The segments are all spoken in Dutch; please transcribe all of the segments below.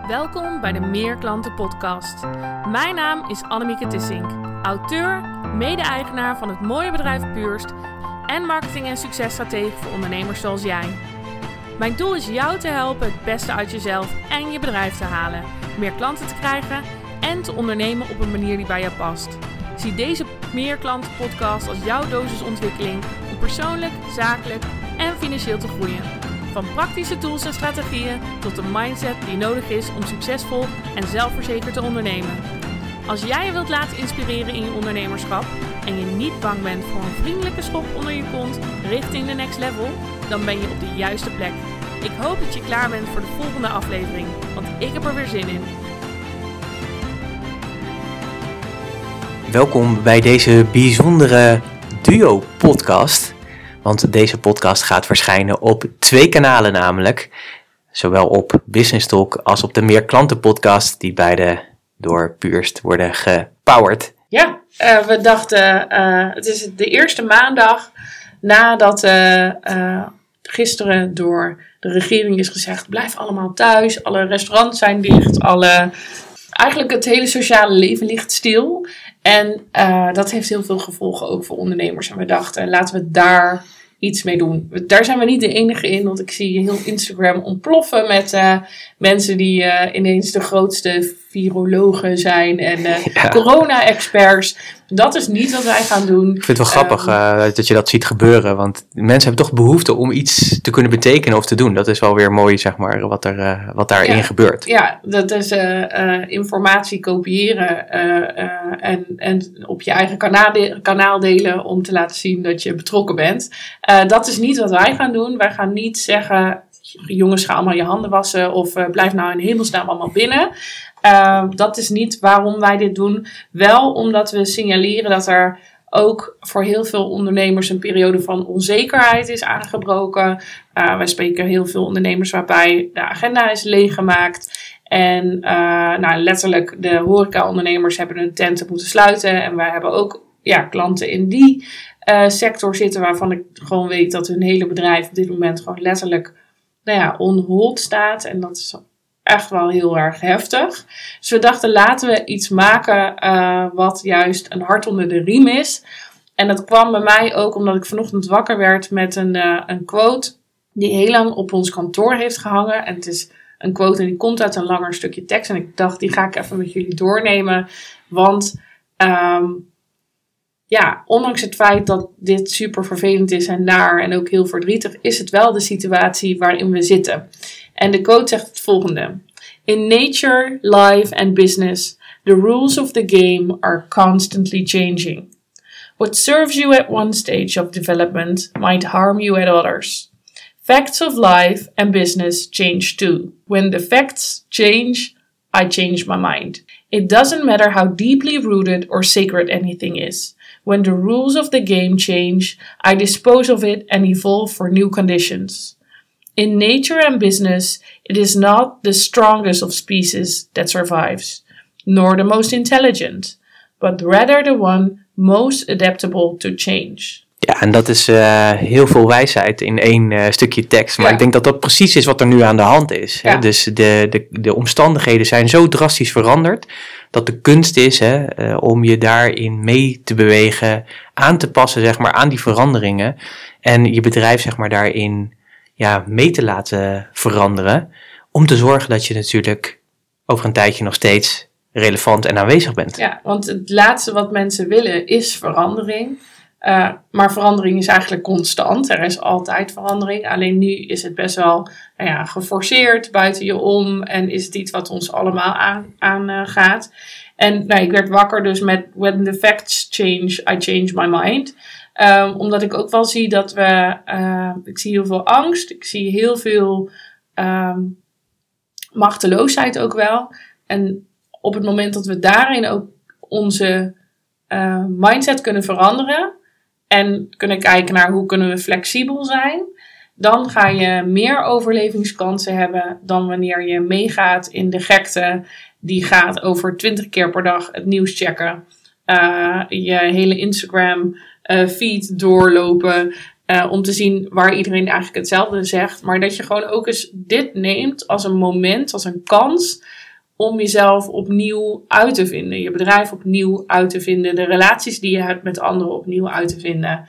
Welkom bij de Meer Klanten podcast. Mijn naam is Annemieke Tissink, auteur, mede-eigenaar van het mooie bedrijf Purst en marketing- en successtratege voor ondernemers zoals jij. Mijn doel is jou te helpen het beste uit jezelf en je bedrijf te halen, meer klanten te krijgen en te ondernemen op een manier die bij jou past. Zie deze Meer Klanten podcast als jouw dosis ontwikkeling om persoonlijk, zakelijk en financieel te groeien. Van praktische tools en strategieën tot de mindset die nodig is om succesvol en zelfverzekerd te ondernemen. Als jij je wilt laten inspireren in je ondernemerschap en je niet bang bent voor een vriendelijke schop onder je kont richting de next level, dan ben je op de juiste plek. Ik hoop dat je klaar bent voor de volgende aflevering, want ik heb er weer zin in. Welkom bij deze bijzondere duo-podcast. Want deze podcast gaat verschijnen op 2 kanalen namelijk. Zowel op Business Talk als op de Meer Klanten podcast, die beide door Purst worden gepowered. Ja, we dachten, het is de eerste maandag nadat gisteren door de regering is gezegd, blijf allemaal thuis, alle restaurants zijn dicht, eigenlijk het hele sociale leven ligt stil. En dat heeft heel veel gevolgen ook voor ondernemers. En we dachten, laten we daar iets mee doen. Daar zijn we niet de enige in, want ik zie heel Instagram ontploffen met mensen die ineens de grootste virologen zijn en corona-experts. Dat is niet wat wij gaan doen. Ik vind het wel grappig dat je dat ziet gebeuren, want mensen hebben toch behoefte om iets te kunnen betekenen of te doen. Dat is wel weer mooi, zeg maar, wat daarin gebeurt. Ja, dat is informatie kopiëren en op je eigen kanaal delen om te laten zien dat je betrokken bent. Dat is niet wat wij gaan doen. Wij gaan niet zeggen, jongens, ga allemaal je handen wassen of blijf nou in hemelsnaam allemaal binnen. Dat is niet waarom wij dit doen. Wel omdat we signaleren dat er ook voor heel veel ondernemers een periode van onzekerheid is aangebroken. Wij spreken heel veel ondernemers waarbij de agenda is leeggemaakt. En letterlijk de horeca-ondernemers hebben hun tenten moeten sluiten. En wij hebben ook klanten in die sector zitten waarvan ik gewoon weet dat hun hele bedrijf op dit moment gewoon letterlijk on hold staat. En dat is echt wel heel erg heftig. Dus we dachten, laten we iets maken wat juist een hart onder de riem is. En dat kwam bij mij ook omdat ik vanochtend wakker werd met een quote die heel lang op ons kantoor heeft gehangen. En het is een quote en die komt uit een langer stukje tekst. En ik dacht, die ga ik even met jullie doornemen. Want ondanks het feit dat dit super vervelend is en naar en ook heel verdrietig, is het wel de situatie waarin we zitten. En de quote zegt het volgende. In nature, life and business, the rules of the game are constantly changing. What serves you at one stage of development might harm you at others. Facts of life and business change too. When the facts change, I change my mind. It doesn't matter how deeply rooted or sacred anything is. When the rules of the game change, I dispose of it and evolve for new conditions. In nature and business, it is not the strongest of species that survives, nor the most intelligent, but rather the one most adaptable to change. Ja, en dat is heel veel wijsheid in 1 stukje tekst. Maar ik denk dat dat precies is wat er nu aan de hand is. Hè? Dus de omstandigheden zijn zo drastisch veranderd dat de kunst is om je daarin mee te bewegen, aan te passen, zeg maar, aan die veranderingen. En je bedrijf, zeg maar, daarin mee te laten veranderen. Om te zorgen dat je natuurlijk over een tijdje nog steeds relevant en aanwezig bent. Ja, want het laatste wat mensen willen is verandering. Maar verandering is eigenlijk constant. Er is altijd verandering. Alleen nu is het best wel geforceerd buiten je om. En is het iets wat ons allemaal aangaat. En ik werd wakker dus met when the facts change, I change my mind. Omdat ik ook wel zie dat ik zie heel veel angst. Ik zie heel veel machteloosheid ook wel. En op het moment dat we daarin ook onze mindset kunnen veranderen. En kunnen kijken naar hoe kunnen we flexibel zijn. Dan ga je meer overlevingskansen hebben dan wanneer je meegaat in de gekte. Die gaat over 20 keer per dag het nieuws checken. Je hele Instagram feed doorlopen. Om te zien waar iedereen eigenlijk hetzelfde zegt. Maar dat je gewoon ook eens dit neemt als een moment, als een kans om jezelf opnieuw uit te vinden. Je bedrijf opnieuw uit te vinden. De relaties die je hebt met anderen opnieuw uit te vinden.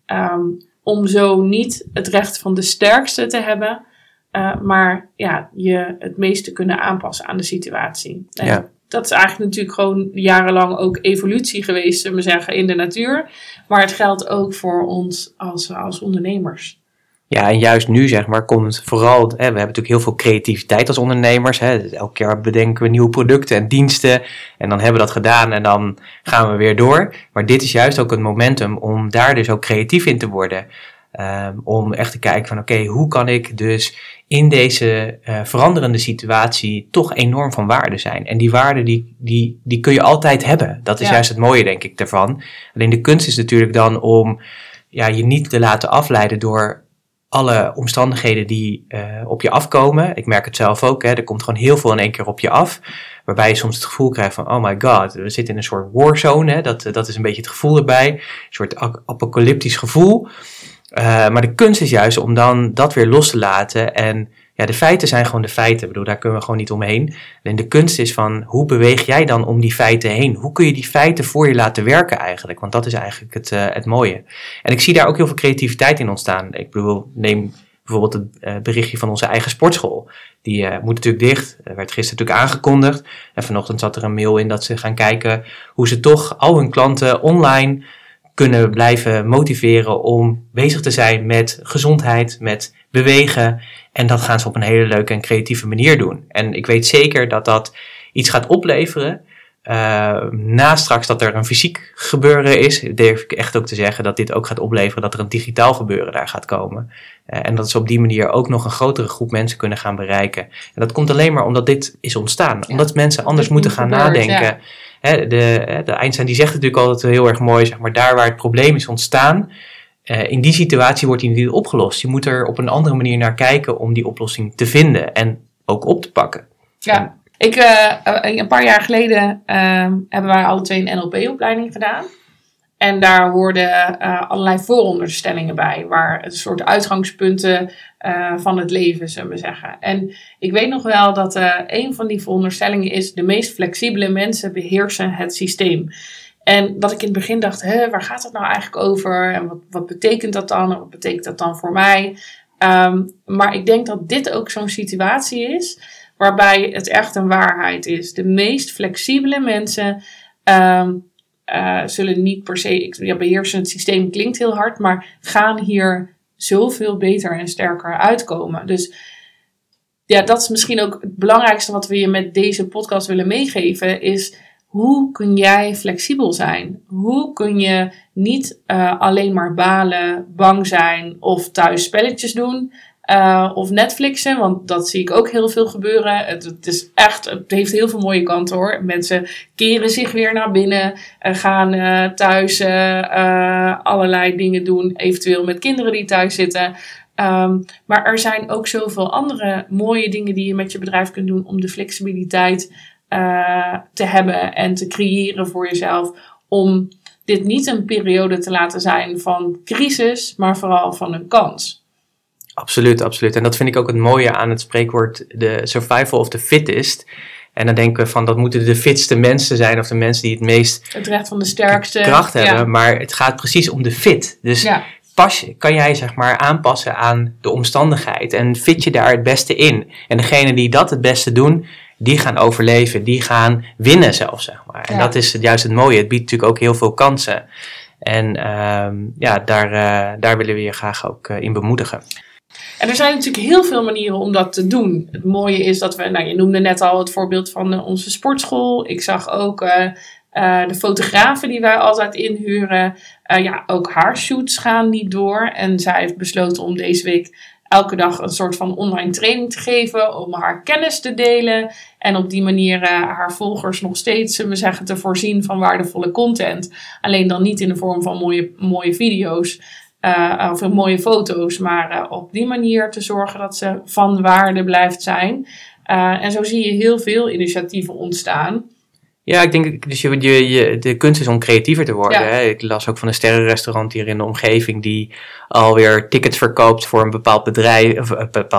Om zo niet het recht van de sterkste te hebben. Maar je het meest te kunnen aanpassen aan de situatie. En dat is eigenlijk natuurlijk gewoon jarenlang ook evolutie geweest, zullen we zeggen, in de natuur. Maar het geldt ook voor ons als ondernemers. Ja, en juist nu zeg maar komt vooral, we hebben natuurlijk heel veel creativiteit als ondernemers. Elke jaar bedenken we nieuwe producten en diensten en dan hebben we dat gedaan en dan gaan we weer door. Maar dit is juist ook een momentum om daar dus ook creatief in te worden. Om echt te kijken van oké, hoe kan ik dus in deze veranderende situatie toch enorm van waarde zijn. En die waarde die kun je altijd hebben. Dat is juist het mooie denk ik daarvan. Alleen de kunst is natuurlijk dan om je niet te laten afleiden door alle omstandigheden die op je afkomen. Ik merk het zelf ook, er komt gewoon heel veel in één keer op je af. Waarbij je soms het gevoel krijgt van, oh my god, we zitten in een soort warzone. Dat is een beetje het gevoel erbij. Een soort apocalyptisch gevoel. Maar de kunst is juist om dan dat weer los te laten. En de feiten zijn gewoon de feiten. Ik bedoel, daar kunnen we gewoon niet omheen. En de kunst is van, hoe beweeg jij dan om die feiten heen? Hoe kun je die feiten voor je laten werken eigenlijk? Want dat is eigenlijk het mooie. En ik zie daar ook heel veel creativiteit in ontstaan. Ik bedoel, neem bijvoorbeeld het berichtje van onze eigen sportschool. Die moet natuurlijk dicht. Werd gisteren natuurlijk aangekondigd. En vanochtend zat er een mail in dat ze gaan kijken hoe ze toch al hun klanten online kunnen blijven motiveren om bezig te zijn met gezondheid, met bewegen. En dat gaan ze op een hele leuke en creatieve manier doen. En ik weet zeker dat dat iets gaat opleveren. Na straks dat er een fysiek gebeuren is, durf ik echt ook te zeggen dat dit ook gaat opleveren dat er een digitaal gebeuren daar gaat komen. En dat ze op die manier ook nog een grotere groep mensen kunnen gaan bereiken. En dat komt alleen maar omdat dit is ontstaan. Omdat mensen anders moeten gaan nadenken. De Einstein die zegt natuurlijk altijd heel erg mooi, zeg maar, daar waar het probleem is ontstaan, in die situatie wordt die niet opgelost. Je moet er op een andere manier naar kijken om die oplossing te vinden en ook op te pakken. Ja, een paar jaar geleden hebben wij alle twee een NLP-opleiding gedaan. En daar hoorden allerlei vooronderstellingen bij, waar een soort uitgangspunten van het leven, zullen we zeggen. En ik weet nog wel dat een van die vooronderstellingen is, de meest flexibele mensen beheersen het systeem. En dat ik in het begin dacht, waar gaat het nou eigenlijk over? En wat betekent dat dan? En wat betekent dat dan voor mij? Maar ik denk dat dit ook zo'n situatie is, waarbij het echt een waarheid is. De meest flexibele mensen zullen niet per se, beheersen het systeem klinkt heel hard, maar gaan hier zoveel beter en sterker uitkomen. Dus dat is misschien ook het belangrijkste wat we je met deze podcast willen meegeven, is hoe kun jij flexibel zijn? Hoe kun je niet alleen maar balen, bang zijn of thuis spelletjes doen? Of Netflixen, want dat zie ik ook heel veel gebeuren. Het heeft heel veel mooie kanten hoor. Mensen keren zich weer naar binnen, gaan thuis allerlei dingen doen, eventueel met kinderen die thuis zitten. Maar er zijn ook zoveel andere mooie dingen die je met je bedrijf kunt doen om de flexibiliteit te hebben en te creëren voor jezelf. Om dit niet een periode te laten zijn van crisis, maar vooral van een kans. Absoluut, absoluut. En dat vind ik ook het mooie aan het spreekwoord de survival of the fittest. En dan denken we van dat moeten de fitste mensen zijn of de mensen die het meest het recht van de sterkste kracht hebben. Maar het gaat precies om de fit. Dus kan jij zeg maar aanpassen aan de omstandigheid en fit je daar het beste in. En degene die dat het beste doen, die gaan overleven, die gaan winnen zelfs, zeg maar. En dat is juist het mooie. Het biedt natuurlijk ook heel veel kansen. En daar willen we je graag ook in bemoedigen. En er zijn natuurlijk heel veel manieren om dat te doen. Het mooie is dat je noemde net al het voorbeeld van onze sportschool. Ik zag ook de fotografen die wij altijd inhuren. Ook haar shoots gaan niet door. En zij heeft besloten om deze week elke dag een soort van online training te geven. Om haar kennis te delen. En op die manier haar volgers nog steeds, zullen we zeggen, te voorzien van waardevolle content. Alleen dan niet in de vorm van mooie video's. Of mooie foto's, maar op die manier te zorgen dat ze van waarde blijft zijn. En zo zie je heel veel initiatieven ontstaan. Ja, ik denk, dus de kunst is om creatiever te worden. Ja. Hè? Ik las ook van een sterrenrestaurant hier in de omgeving die alweer tickets verkoopt voor een bepaald bedrijf,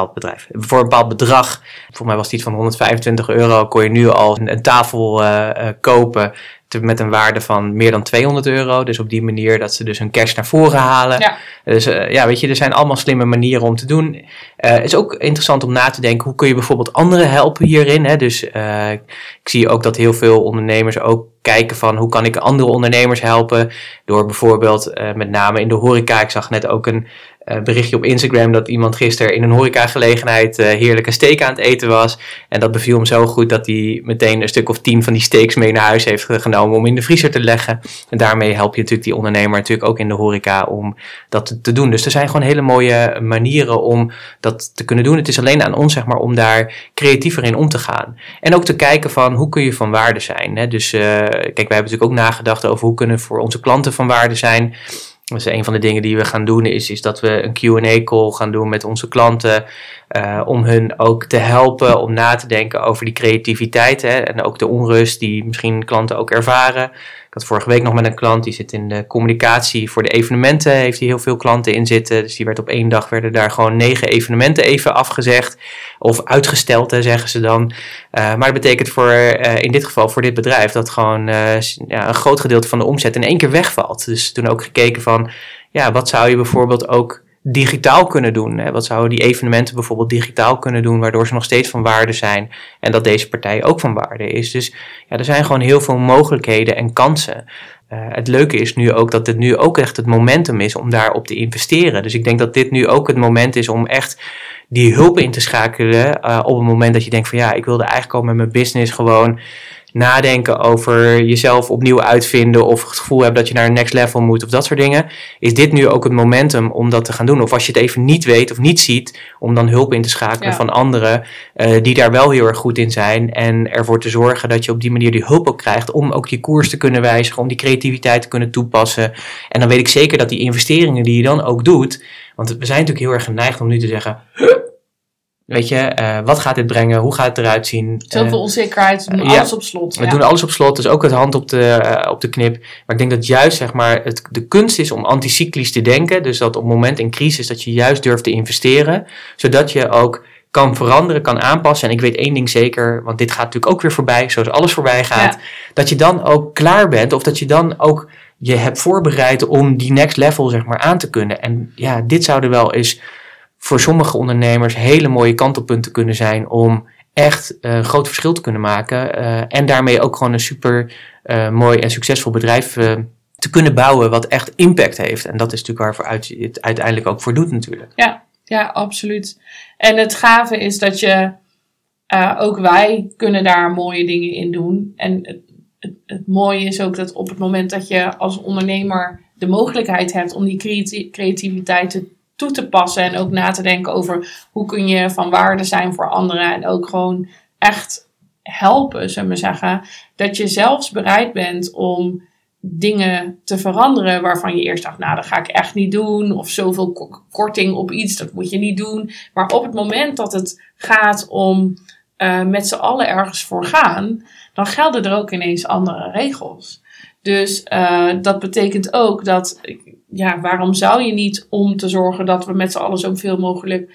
voor een bepaald bedrag. Volgens mij was het iets van €125, kon je nu al een tafel kopen met een waarde van meer dan €200. Dus op die manier dat ze dus hun cash naar voren halen. Ja. Dus weet je, er zijn allemaal slimme manieren om te doen. Het is ook interessant om na te denken, hoe kun je bijvoorbeeld anderen helpen hierin? Hè? Dus ik zie ook dat heel veel ondernemers ook kijken van, hoe kan ik andere ondernemers helpen? Door bijvoorbeeld, met name in de horeca, ik zag net ook een berichtje op Instagram dat iemand gisteren in een horecagelegenheid heerlijke steak aan het eten was. En dat beviel hem zo goed dat hij meteen een stuk of 10 van die steaks mee naar huis heeft genomen om in de vriezer te leggen. En daarmee help je natuurlijk die ondernemer natuurlijk ook in de horeca om dat te doen. Dus er zijn gewoon hele mooie manieren om dat te kunnen doen. Het is alleen aan ons, zeg maar, om daar creatiever in om te gaan. En ook te kijken van, hoe kun je van waarde zijn? Hè? Dus kijk, wij hebben natuurlijk ook nagedacht over hoe kunnen we voor onze klanten van waarde zijn. Dus een van de dingen die we gaan doen is dat we een Q&A call gaan doen met onze klanten. Om hun ook te helpen om na te denken over die creativiteit. Hè, en ook de onrust die misschien klanten ook ervaren. Ik had vorige week nog met een klant, die zit in de communicatie voor de evenementen. Heeft hij heel veel klanten in zitten. Dus die werd op 1 dag, werden daar gewoon 9 evenementen even afgezegd. Of uitgesteld, zeggen ze dan. Maar dat betekent in dit geval voor dit bedrijf dat gewoon een groot gedeelte van de omzet in 1 keer wegvalt. Dus toen ook gekeken van, wat zou je bijvoorbeeld ook digitaal kunnen doen? Hè? Wat zouden die evenementen bijvoorbeeld digitaal kunnen doen, waardoor ze nog steeds van waarde zijn en dat deze partij ook van waarde is. Dus er zijn gewoon heel veel mogelijkheden en kansen. Het leuke is nu ook dat dit nu ook echt het momentum is om daarop te investeren. Dus ik denk dat dit nu ook het moment is om echt die hulp in te schakelen op het moment dat je denkt van, ik wilde eigenlijk al met mijn business gewoon nadenken over jezelf opnieuw uitvinden of het gevoel hebben dat je naar een next level moet of dat soort dingen, is dit nu ook het momentum om dat te gaan doen. Of als je het even niet weet of niet ziet, om dan hulp in te schakelen van anderen die daar wel heel erg goed in zijn en ervoor te zorgen dat je op die manier die hulp ook krijgt om ook je koers te kunnen wijzigen, om die creativiteit te kunnen toepassen. En dan weet ik zeker dat die investeringen die je dan ook doet, want we zijn natuurlijk heel erg geneigd om nu te zeggen, weet je, wat gaat dit brengen? Hoe gaat het eruit zien? Zoveel onzekerheid, we doen alles op slot. We doen alles op slot, dus ook het hand op de knip. Maar ik denk dat juist, zeg maar, de kunst is om anticyclisch te denken. Dus dat op het moment in crisis dat je juist durft te investeren. Zodat je ook kan veranderen, kan aanpassen. En ik weet 1 ding zeker, want dit gaat natuurlijk ook weer voorbij, zoals alles voorbij gaat. Ja. Dat je dan ook klaar bent of dat je dan ook je hebt voorbereid om die next level, zeg maar, aan te kunnen. En dit zou er wel eens voor sommige ondernemers hele mooie kantelpunten kunnen zijn om echt een groot verschil te kunnen maken. En daarmee ook gewoon een super mooi en succesvol bedrijf te kunnen bouwen wat echt impact heeft. En dat is natuurlijk waarvoor het uiteindelijk ook voor doet natuurlijk. Ja, absoluut. En het gave is dat ook wij kunnen daar mooie dingen in doen. En het mooie is ook dat op het moment dat je als ondernemer de mogelijkheid hebt om die creativiteit toe te passen en ook na te denken over hoe kun je van waarde zijn voor anderen en ook gewoon echt helpen, zullen we zeggen, dat je zelfs bereid bent om dingen te veranderen waarvan je eerst dacht, dat ga ik echt niet doen, of zoveel korting op iets, dat moet je niet doen. Maar op het moment dat het gaat om met z'n allen ergens voor gaan, dan gelden er ook ineens andere regels. Dus dat betekent ook dat, waarom zou je niet, om te zorgen dat we met z'n allen zoveel mogelijk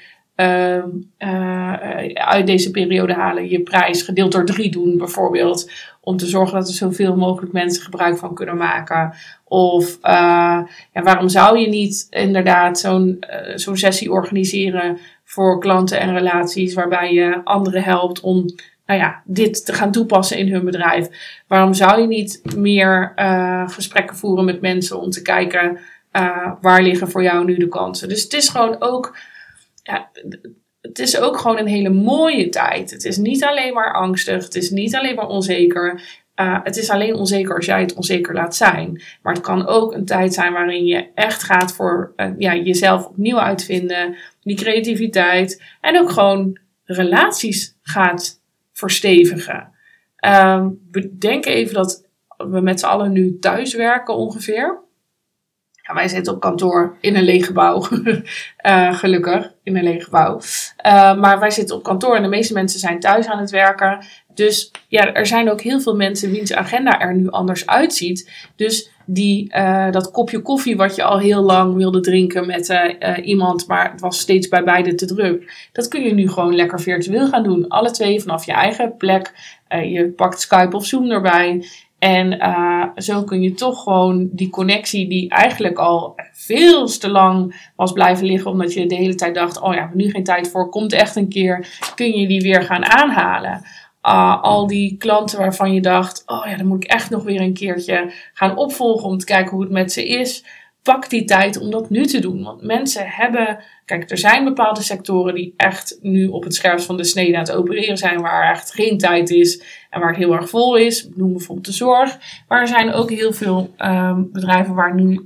uit deze periode halen, je prijs gedeeld door 3 doen bijvoorbeeld, om te zorgen dat er zoveel mogelijk mensen gebruik van kunnen maken. Of waarom zou je niet inderdaad zo'n sessie organiseren voor klanten en relaties, waarbij je anderen helpt om dit te gaan toepassen in hun bedrijf. Waarom zou je niet meer gesprekken voeren met mensen om te kijken waar liggen voor jou nu de kansen. Dus het is gewoon ook, het is ook gewoon een hele mooie tijd. Het is niet alleen maar angstig, het is niet alleen maar onzeker. Het is alleen onzeker als jij het onzeker laat zijn. Maar het kan ook een tijd zijn waarin je echt gaat voor jezelf opnieuw uitvinden, die creativiteit en ook gewoon relaties gaat verstevigen. Bedenk even dat we met z'n allen nu thuis werken ongeveer. Wij zitten op kantoor in een leeg gebouw. Gelukkig, in een leeg gebouw. Maar wij zitten op kantoor en de meeste mensen zijn thuis aan het werken. Dus ja, er zijn ook heel veel mensen wiens agenda er nu anders uitziet. Dus dat kopje koffie wat je al heel lang wilde drinken met iemand, maar het was steeds bij beide te druk. Dat kun je nu gewoon lekker virtueel gaan doen. Alle twee vanaf je eigen plek. Je pakt Skype of Zoom erbij. En zo kun je toch gewoon die connectie die eigenlijk al veel te lang was blijven liggen. Omdat je de hele tijd dacht, oh ja, we hebben nu geen tijd voor. Komt echt een keer, kun je die weer gaan aanhalen. Al die klanten waarvan je dacht, oh ja, dan moet ik echt nog weer een keertje gaan opvolgen om te kijken hoe het met ze is. Pak die tijd om dat nu te doen. Want mensen hebben, kijk, er zijn bepaalde sectoren die echt nu op het scherpst van de snede aan het opereren zijn, waar echt geen tijd is en waar het heel erg vol is. Ik noem bijvoorbeeld de zorg. Maar er zijn ook heel veel bedrijven waar nu,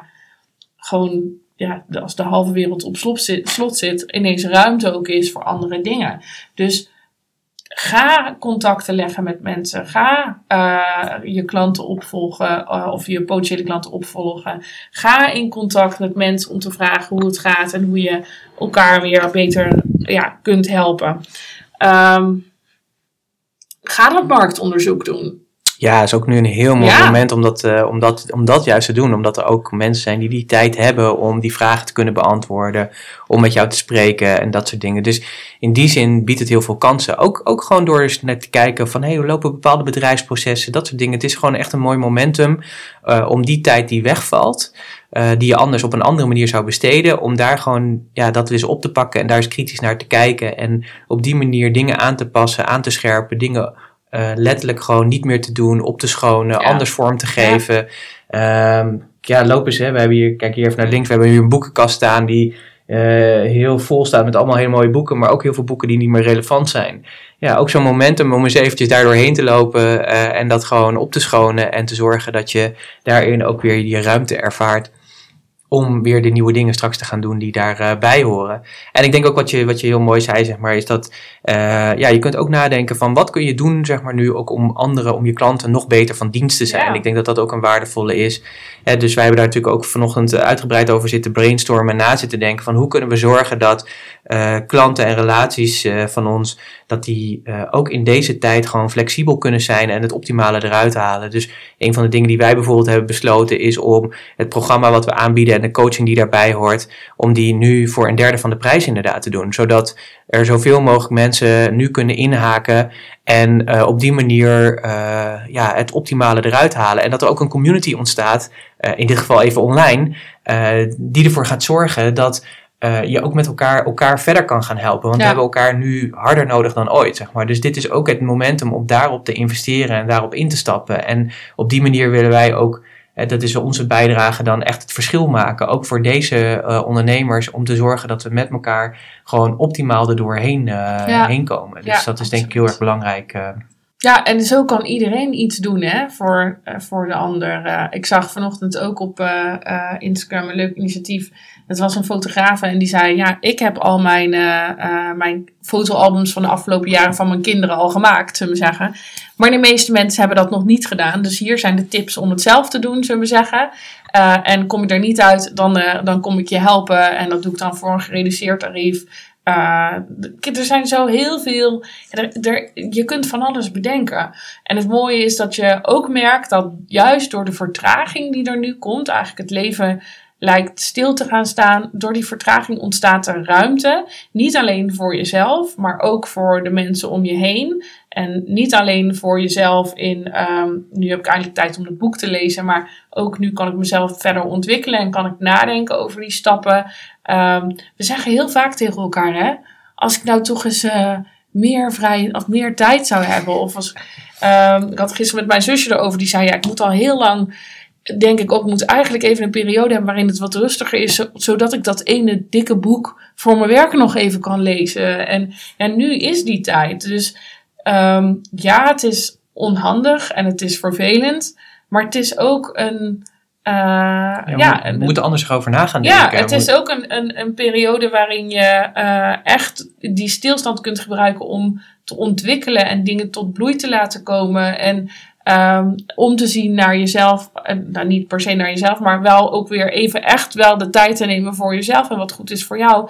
als de halve wereld op slot zit, ineens ruimte ook is voor andere dingen. Dus ga contacten leggen met mensen. Ga je klanten opvolgen of je potentiële klanten opvolgen. Ga in contact met mensen om te vragen hoe het gaat en hoe je elkaar weer beter kunt helpen. Ga dat marktonderzoek doen. Ja, is ook nu een heel mooi moment om dat juist te doen. Omdat er ook mensen zijn die tijd hebben om die vragen te kunnen beantwoorden. Om met jou te spreken en dat soort dingen. Dus in die zin biedt het heel veel kansen. Ook gewoon door eens net te kijken van hoe lopen bepaalde bedrijfsprocessen. Dat soort dingen. Het is gewoon echt een mooi momentum om die tijd die wegvalt. Die je anders op een andere manier zou besteden. Om daar gewoon dat eens op te pakken en daar eens kritisch naar te kijken. En op die manier dingen aan te passen, aan te scherpen, dingen letterlijk gewoon niet meer te doen, op te schonen, anders vorm te geven. Loop eens, we hebben hier, kijk hier even naar links, we hebben hier een boekenkast staan die heel vol staat met allemaal hele mooie boeken, maar ook heel veel boeken die niet meer relevant zijn. Ja, ook zo'n momentum om eens eventjes daar doorheen te lopen en dat gewoon op te schonen en te zorgen dat je daarin ook weer die ruimte ervaart om weer de nieuwe dingen straks te gaan doen die daarbij horen. En ik denk ook wat je heel mooi zei, zeg maar, is dat je kunt ook nadenken van wat kun je doen, zeg maar, nu ook om je klanten nog beter van dienst te zijn. Ja. En ik denk dat dat ook een waardevolle is. Dus wij hebben daar natuurlijk ook vanochtend uitgebreid over zitten brainstormen en na zitten denken van hoe kunnen we zorgen dat klanten en relaties van ons, dat die ook in deze tijd gewoon flexibel kunnen zijn en het optimale eruit halen. Dus een van de dingen die wij bijvoorbeeld hebben besloten is om het programma wat we aanbieden en de coaching die daarbij hoort, om die nu voor 1/3 van de prijs inderdaad te doen. Zodat er zoveel mogelijk mensen nu kunnen inhaken en op die manier het optimale eruit halen. En dat er ook een community ontstaat, in dit geval even online, die ervoor gaat zorgen dat je ook met elkaar verder kan gaan helpen. Want we hebben elkaar nu harder nodig dan ooit, zeg maar. Dus dit is ook het momentum om daarop te investeren en daarop in te stappen. En op die manier willen wij ook, dat is onze bijdrage, dan echt het verschil maken. Ook voor deze ondernemers, om te zorgen dat we met elkaar gewoon optimaal er doorheen heen komen. Dus dat is denk ik heel erg belangrijk. Ja, en zo kan iedereen iets doen voor de ander. Ik zag vanochtend ook op Instagram een leuk initiatief. Het was een fotograaf en die zei, ik heb al mijn fotoalbums van de afgelopen jaren van mijn kinderen al gemaakt, zullen we zeggen. Maar de meeste mensen hebben dat nog niet gedaan. Dus hier zijn de tips om het zelf te doen, zullen we zeggen. En kom je er niet uit, dan kom ik je helpen. En dat doe ik dan voor een gereduceerd tarief. Er zijn zo heel veel. Je kunt van alles bedenken. En het mooie is dat je ook merkt dat juist door de vertraging die er nu komt, eigenlijk het leven lijkt stil te gaan staan. Door die vertraging ontstaat er ruimte. Niet alleen voor jezelf, maar ook voor de mensen om je heen. En niet alleen voor jezelf nu heb ik eigenlijk tijd om het boek te lezen, maar ook nu kan ik mezelf verder ontwikkelen en kan ik nadenken over die stappen. We zeggen heel vaak tegen elkaar, als ik nou toch eens meer tijd zou hebben. Of ik had gisteren met mijn zusje erover, die zei, ik moet al heel lang, denk ik ook, moet eigenlijk even een periode hebben waarin het wat rustiger is, zodat ik dat ene dikke boek voor mijn werk nog even kan lezen. En nu is die tijd. Dus het is onhandig en het is vervelend, maar het is ook we moeten anders over na gaan denken. Ja, het is ook een periode waarin je echt die stilstand kunt gebruiken om te ontwikkelen en dingen tot bloei te laten komen. En om te zien naar jezelf, niet per se naar jezelf, maar wel ook weer even echt wel de tijd te nemen voor jezelf en wat goed is voor jou.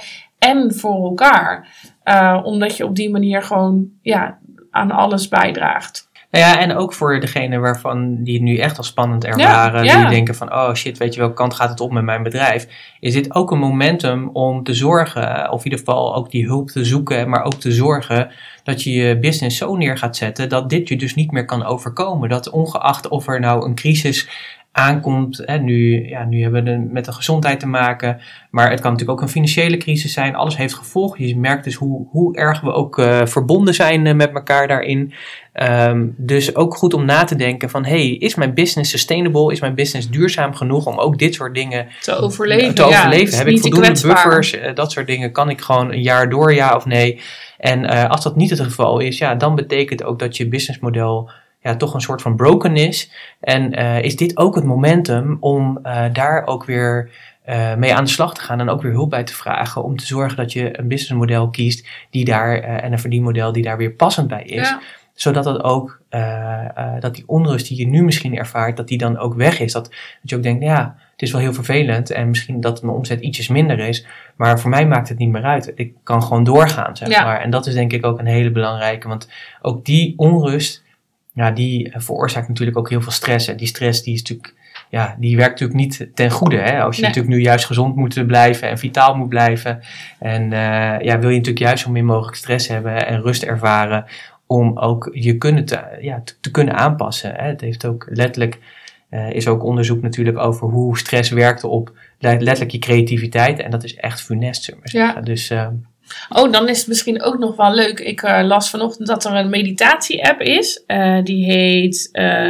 en voor elkaar. Omdat je op die manier gewoon aan alles bijdraagt. Nou ja, en ook voor degene waarvan die het nu echt als spannend ervaren. Die denken van, oh shit, weet je welke kant gaat het op met mijn bedrijf. Is dit ook een momentum om te zorgen, of in ieder geval ook die hulp te zoeken, maar ook te zorgen dat je je business zo neer gaat zetten dat dit je dus niet meer kan overkomen. Dat ongeacht of er nou een crisis aankomt. Nu hebben we met de gezondheid te maken. Maar het kan natuurlijk ook een financiële crisis zijn. Alles heeft gevolgen. Je merkt dus hoe erg we ook verbonden zijn met elkaar daarin. Dus ook goed om na te denken van, is mijn business sustainable? Is mijn business duurzaam genoeg om ook dit soort dingen te overleven? Heb ik voldoende buffers? Dat soort dingen. Kan ik gewoon een jaar door, ja of nee? En als dat niet het geval is, dan betekent ook dat je businessmodel toch een soort van broken is. En is dit ook het momentum om daar ook weer mee aan de slag te gaan en ook weer hulp bij te vragen om te zorgen dat je een businessmodel kiest die daar en een verdienmodel die daar weer passend bij is. Ja. Zodat het ook, dat die onrust die je nu misschien ervaart, dat die dan ook weg is. Dat je ook denkt, het is wel heel vervelend en misschien dat mijn omzet ietsjes minder is, maar voor mij maakt het niet meer uit. Ik kan gewoon doorgaan, zeg maar. En dat is denk ik ook een hele belangrijke, want ook die onrust, die veroorzaakt natuurlijk ook heel veel stress. En die stress die is natuurlijk, die werkt natuurlijk niet ten goede. Hè? Als je natuurlijk nu juist gezond moet blijven en vitaal moet blijven. En wil je natuurlijk juist zo min mogelijk stress hebben en rust ervaren om ook je kunnen te kunnen aanpassen. Hè? Het heeft ook letterlijk, is ook onderzoek natuurlijk over hoe stress werkt op letterlijk je creativiteit. En dat is echt funest, zullen we zeggen. Dus dan is het misschien ook nog wel leuk. Ik las vanochtend dat er een meditatie-app is. Die heet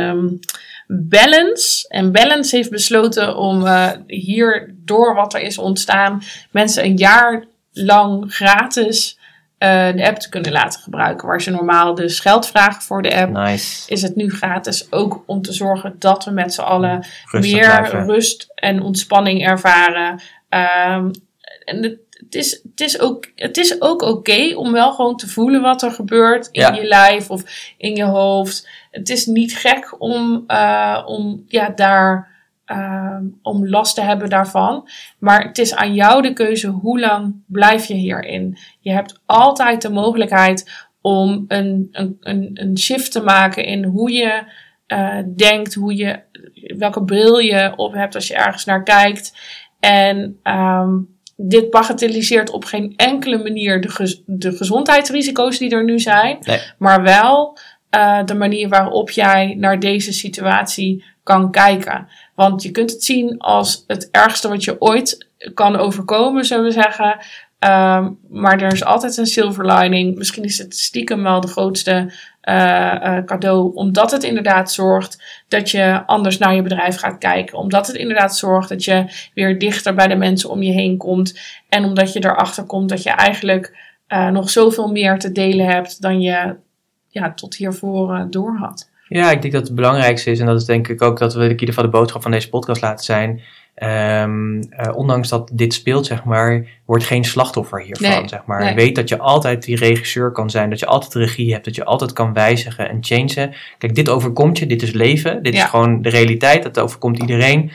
Balance. En Balance heeft besloten om hier door wat er is ontstaan mensen een jaar lang gratis de app te kunnen laten gebruiken. Waar ze normaal dus geld vragen voor de app. Nice. Is het nu gratis. Ook om te zorgen dat we met z'n allen rust en ontspanning ervaren. En het is ook oké om wel gewoon te voelen wat er gebeurt in je lijf of in je hoofd. Het is niet gek om last te hebben daarvan. Maar het is aan jou de keuze, hoe lang blijf je hierin? Je hebt altijd de mogelijkheid om een shift te maken in hoe je denkt, welke bril je op hebt als je ergens naar kijkt. En dit bagatelliseert op geen enkele manier de gezondheidsrisico's die er nu zijn. Nee. Maar wel de manier waarop jij naar deze situatie kan kijken. Want je kunt het zien als het ergste wat je ooit kan overkomen, zullen we zeggen. Maar er is altijd een silver lining. Misschien is het stiekem wel de grootste cadeau. Omdat het inderdaad zorgt dat je anders naar je bedrijf gaat kijken. Omdat het inderdaad zorgt dat je weer dichter bij de mensen om je heen komt. En omdat je erachter komt dat je eigenlijk nog zoveel meer te delen hebt dan je tot hiervoor door had. Ja, ik denk dat het belangrijkste is, en dat is denk ik ook, dat wil ik in ieder geval de boodschap van deze podcast laten zijn. Ondanks dat dit speelt, zeg maar, wordt geen slachtoffer hiervan, zeg maar. Nee. Weet dat je altijd die regisseur kan zijn, dat je altijd regie hebt, dat je altijd kan wijzigen en changen. Kijk, dit overkomt je, dit is leven, dit is gewoon de realiteit, dat overkomt iedereen.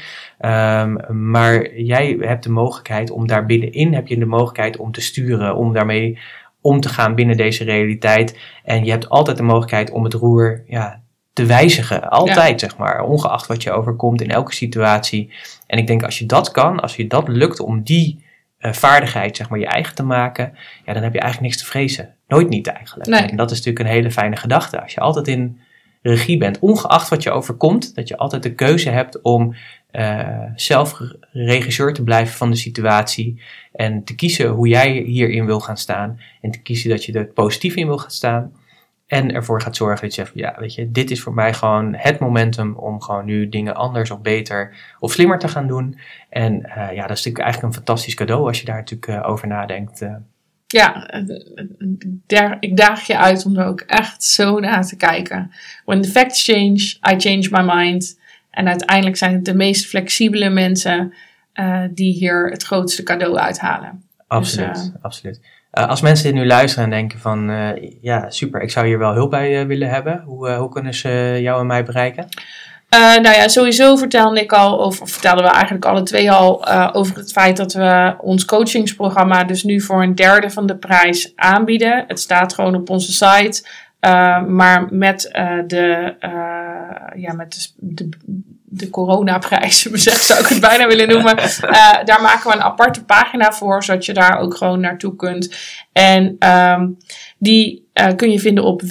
Maar jij hebt de mogelijkheid om daar binnenin, heb je de mogelijkheid om te sturen, om daarmee om te gaan binnen deze realiteit. En je hebt altijd de mogelijkheid om het roer te wijzigen. Altijd, zeg maar. Ongeacht wat je overkomt in elke situatie. En ik denk als je dat kan, als je dat lukt om die vaardigheid, zeg maar, je eigen te maken, dan heb je eigenlijk niks te vrezen. Nooit niet eigenlijk. Nee. En dat is natuurlijk een hele fijne gedachte. Als je altijd in regie bent, ongeacht wat je overkomt, dat je altijd de keuze hebt om zelf regisseur te blijven van de situatie en te kiezen hoe jij hierin wil gaan staan en te kiezen dat je er positief in wil gaan staan en ervoor gaat zorgen dat je zegt, weet je, dit is voor mij gewoon het momentum om gewoon nu dingen anders of beter of slimmer te gaan doen. En dat is natuurlijk eigenlijk een fantastisch cadeau als je daar natuurlijk over nadenkt. Ik daag je uit om er ook echt zo naar te kijken. When the facts change, I change my mind. En uiteindelijk zijn het de meest flexibele mensen die hier het grootste cadeau uithalen. Absoluut, dus, absoluut. Als mensen dit nu luisteren en denken van, super, ik zou hier wel hulp bij willen hebben. Hoe kunnen ze jou en mij bereiken? Sowieso vertelden we eigenlijk alle twee al over het feit dat we ons coachingsprogramma dus nu voor een derde van de prijs aanbieden. Het staat gewoon op onze site, maar met de coronaprijs, zou ik het bijna willen noemen. Daar maken we een aparte pagina voor, zodat je daar ook gewoon naartoe kunt. En die kun je vinden op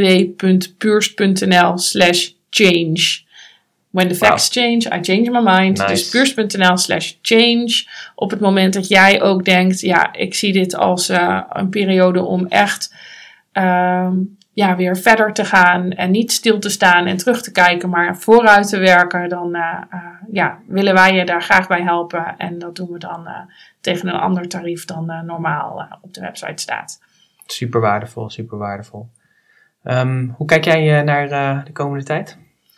www.purst.nl/change. When the facts change, I change my mind. Nice. Dus purst.nl/change. Op het moment dat jij ook denkt, ik zie dit als een periode om echt weer verder te gaan en niet stil te staan en terug te kijken, maar vooruit te werken, dan willen wij je daar graag bij helpen. En dat doen we dan tegen een ander tarief dan normaal op de website staat. Super waardevol, super waardevol. Hoe kijk jij naar de komende tijd?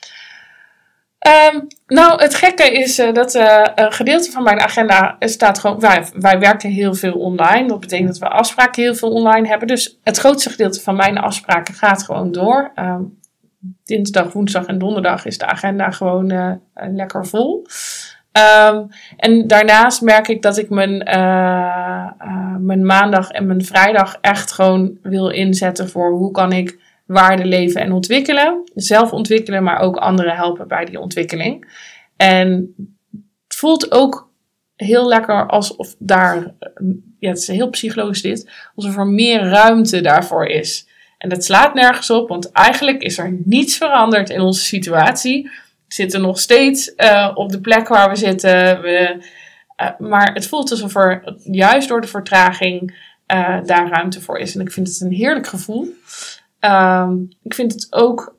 Het gekke is dat een gedeelte van mijn agenda staat gewoon. Wij werken heel veel online. Dat betekent dat we afspraken heel veel online hebben. Dus het grootste gedeelte van mijn afspraken gaat gewoon door. Dinsdag, woensdag en donderdag is de agenda gewoon lekker vol. En daarnaast merk ik dat ik mijn maandag en mijn vrijdag echt gewoon wil inzetten voor hoe kan ik waarde leven en ontwikkelen. Zelf ontwikkelen, maar ook anderen helpen bij die ontwikkeling. En het voelt ook heel lekker alsof daar, het is heel psychologisch dit, alsof er meer ruimte daarvoor is. En dat slaat nergens op, want eigenlijk is er niets veranderd in onze situatie. We zitten nog steeds op de plek waar we zitten. Maar het voelt alsof er juist door de vertraging daar ruimte voor is. En ik vind het een heerlijk gevoel. Ik vind het ook.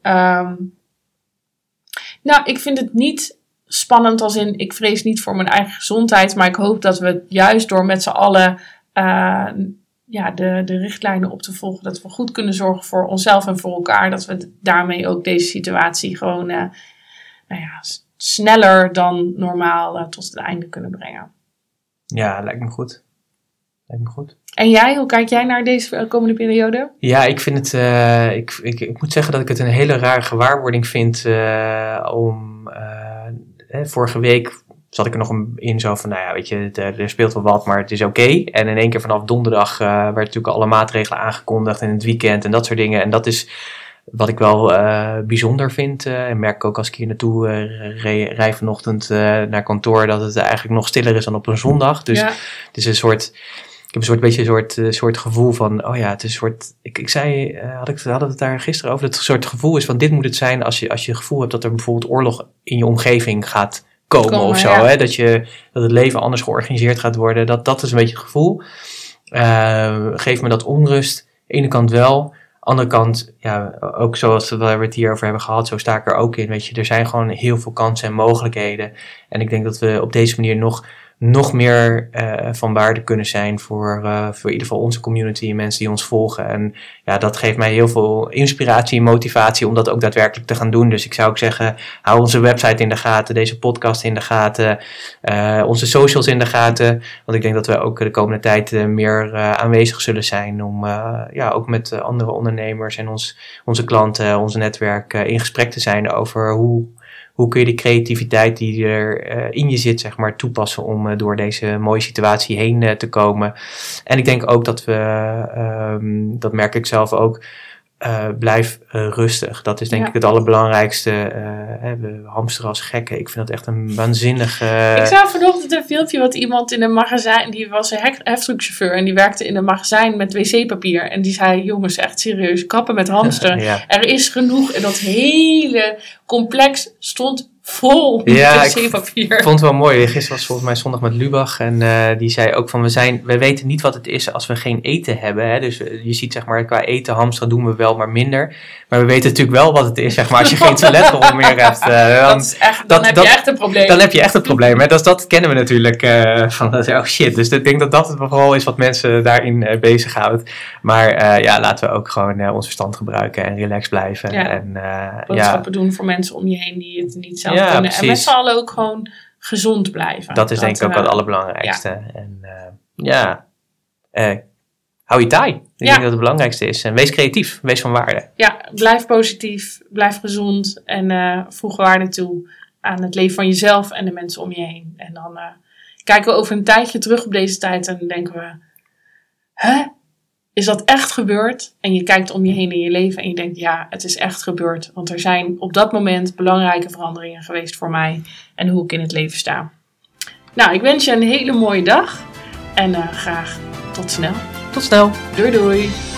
Ik vind het niet spannend als in. Ik vrees niet voor mijn eigen gezondheid. Maar ik hoop dat we juist door met z'n allen. De richtlijnen op te volgen. Dat we goed kunnen zorgen voor onszelf en voor elkaar. Dat we daarmee ook deze situatie gewoon. Sneller dan normaal tot het einde kunnen brengen. Ja, lijkt me goed. En jij, hoe kijk jij naar deze komende periode? Ja, ik vind het. Ik moet zeggen dat ik het een hele rare gewaarwording vind. Vorige week zat ik er nog in zo van, er speelt wel wat, maar het is oké. En in één keer vanaf donderdag werd natuurlijk alle maatregelen aangekondigd en het weekend en dat soort dingen. En dat is wat ik wel bijzonder vind. En merk ik ook als ik hier naartoe rij vanochtend naar kantoor, dat het eigenlijk nog stiller is dan op een zondag. Dus het is een soort. Ik heb een soort gevoel van, het is een soort. Ik zei, hadden we het daar gisteren over, dat het een soort gevoel is van dit moet het zijn als je het gevoel hebt dat er bijvoorbeeld oorlog in je omgeving gaat komen of zo. Ja. Hè? Dat het leven anders georganiseerd gaat worden. Dat is een beetje het gevoel. Geeft me dat onrust. Aan de ene kant wel. Aan de andere kant, ook zoals we het hier over hebben gehad, zo sta ik er ook in. Weet je, er zijn gewoon heel veel kansen en mogelijkheden. En ik denk dat we op deze manier nog meer van waarde kunnen zijn voor in ieder geval onze community en mensen die ons volgen. En dat geeft mij heel veel inspiratie en motivatie om dat ook daadwerkelijk te gaan doen. Dus ik zou ook zeggen, hou onze website in de gaten, deze podcast in de gaten, onze socials in de gaten. Want ik denk dat we ook de komende tijd meer aanwezig zullen zijn om ook met andere ondernemers en onze klanten, onze netwerk in gesprek te zijn over hoe kun je de creativiteit die er in je zit, zeg maar, toepassen om door deze mooie situatie heen te komen. En ik denk ook dat we, dat merk ik zelf ook, blijf rustig. Dat is denk ik het allerbelangrijkste. We hamsteren als gekken. Ik vind dat echt een waanzinnige. Ik zag vanochtend een filmpje wat iemand in een magazijn, die was een heftruckchauffeur en die werkte in een magazijn met wc-papier. En die zei, jongens, echt serieus, kappen met hamsteren. Ja. Er is genoeg. En dat hele complex stond vol met wc-papier. Ik vond het wel mooi. Gisteren was volgens mij zondag met Lubach. En die zei ook van, we weten niet wat het is als we geen eten hebben. Hè? Dus je ziet, zeg maar, qua eten, hamsteren doen we wel, maar minder. Maar we weten natuurlijk wel wat het is, zeg maar, als je geen toiletrol meer hebt. Dan heb je echt een probleem. Dan heb je echt een probleem. Hè? Dat kennen we natuurlijk van, shit. Dus ik denk dat dat het vooral is wat mensen daarin bezighoudt. Maar laten we ook gewoon ons verstand gebruiken en relaxed blijven. Ja. En boodschappen doen voor mensen om je heen die het niet zelf kunnen. Precies. En met z'n allen ook gewoon gezond blijven. Dat is denk ik ook het allerbelangrijkste. Ja. En hou je taai. Ik denk dat het belangrijkste is. En wees creatief, wees van waarde. Ja, blijf positief, blijf gezond en voeg waarde toe aan het leven van jezelf en de mensen om je heen. En dan kijken we over een tijdje terug op deze tijd en dan denken we, is dat echt gebeurd? En je kijkt om je heen in je leven en je denkt, ja, het is echt gebeurd. Want er zijn op dat moment belangrijke veranderingen geweest voor mij en hoe ik in het leven sta. Nou, ik wens je een hele mooie dag en graag tot snel. Tot snel. Doei doei.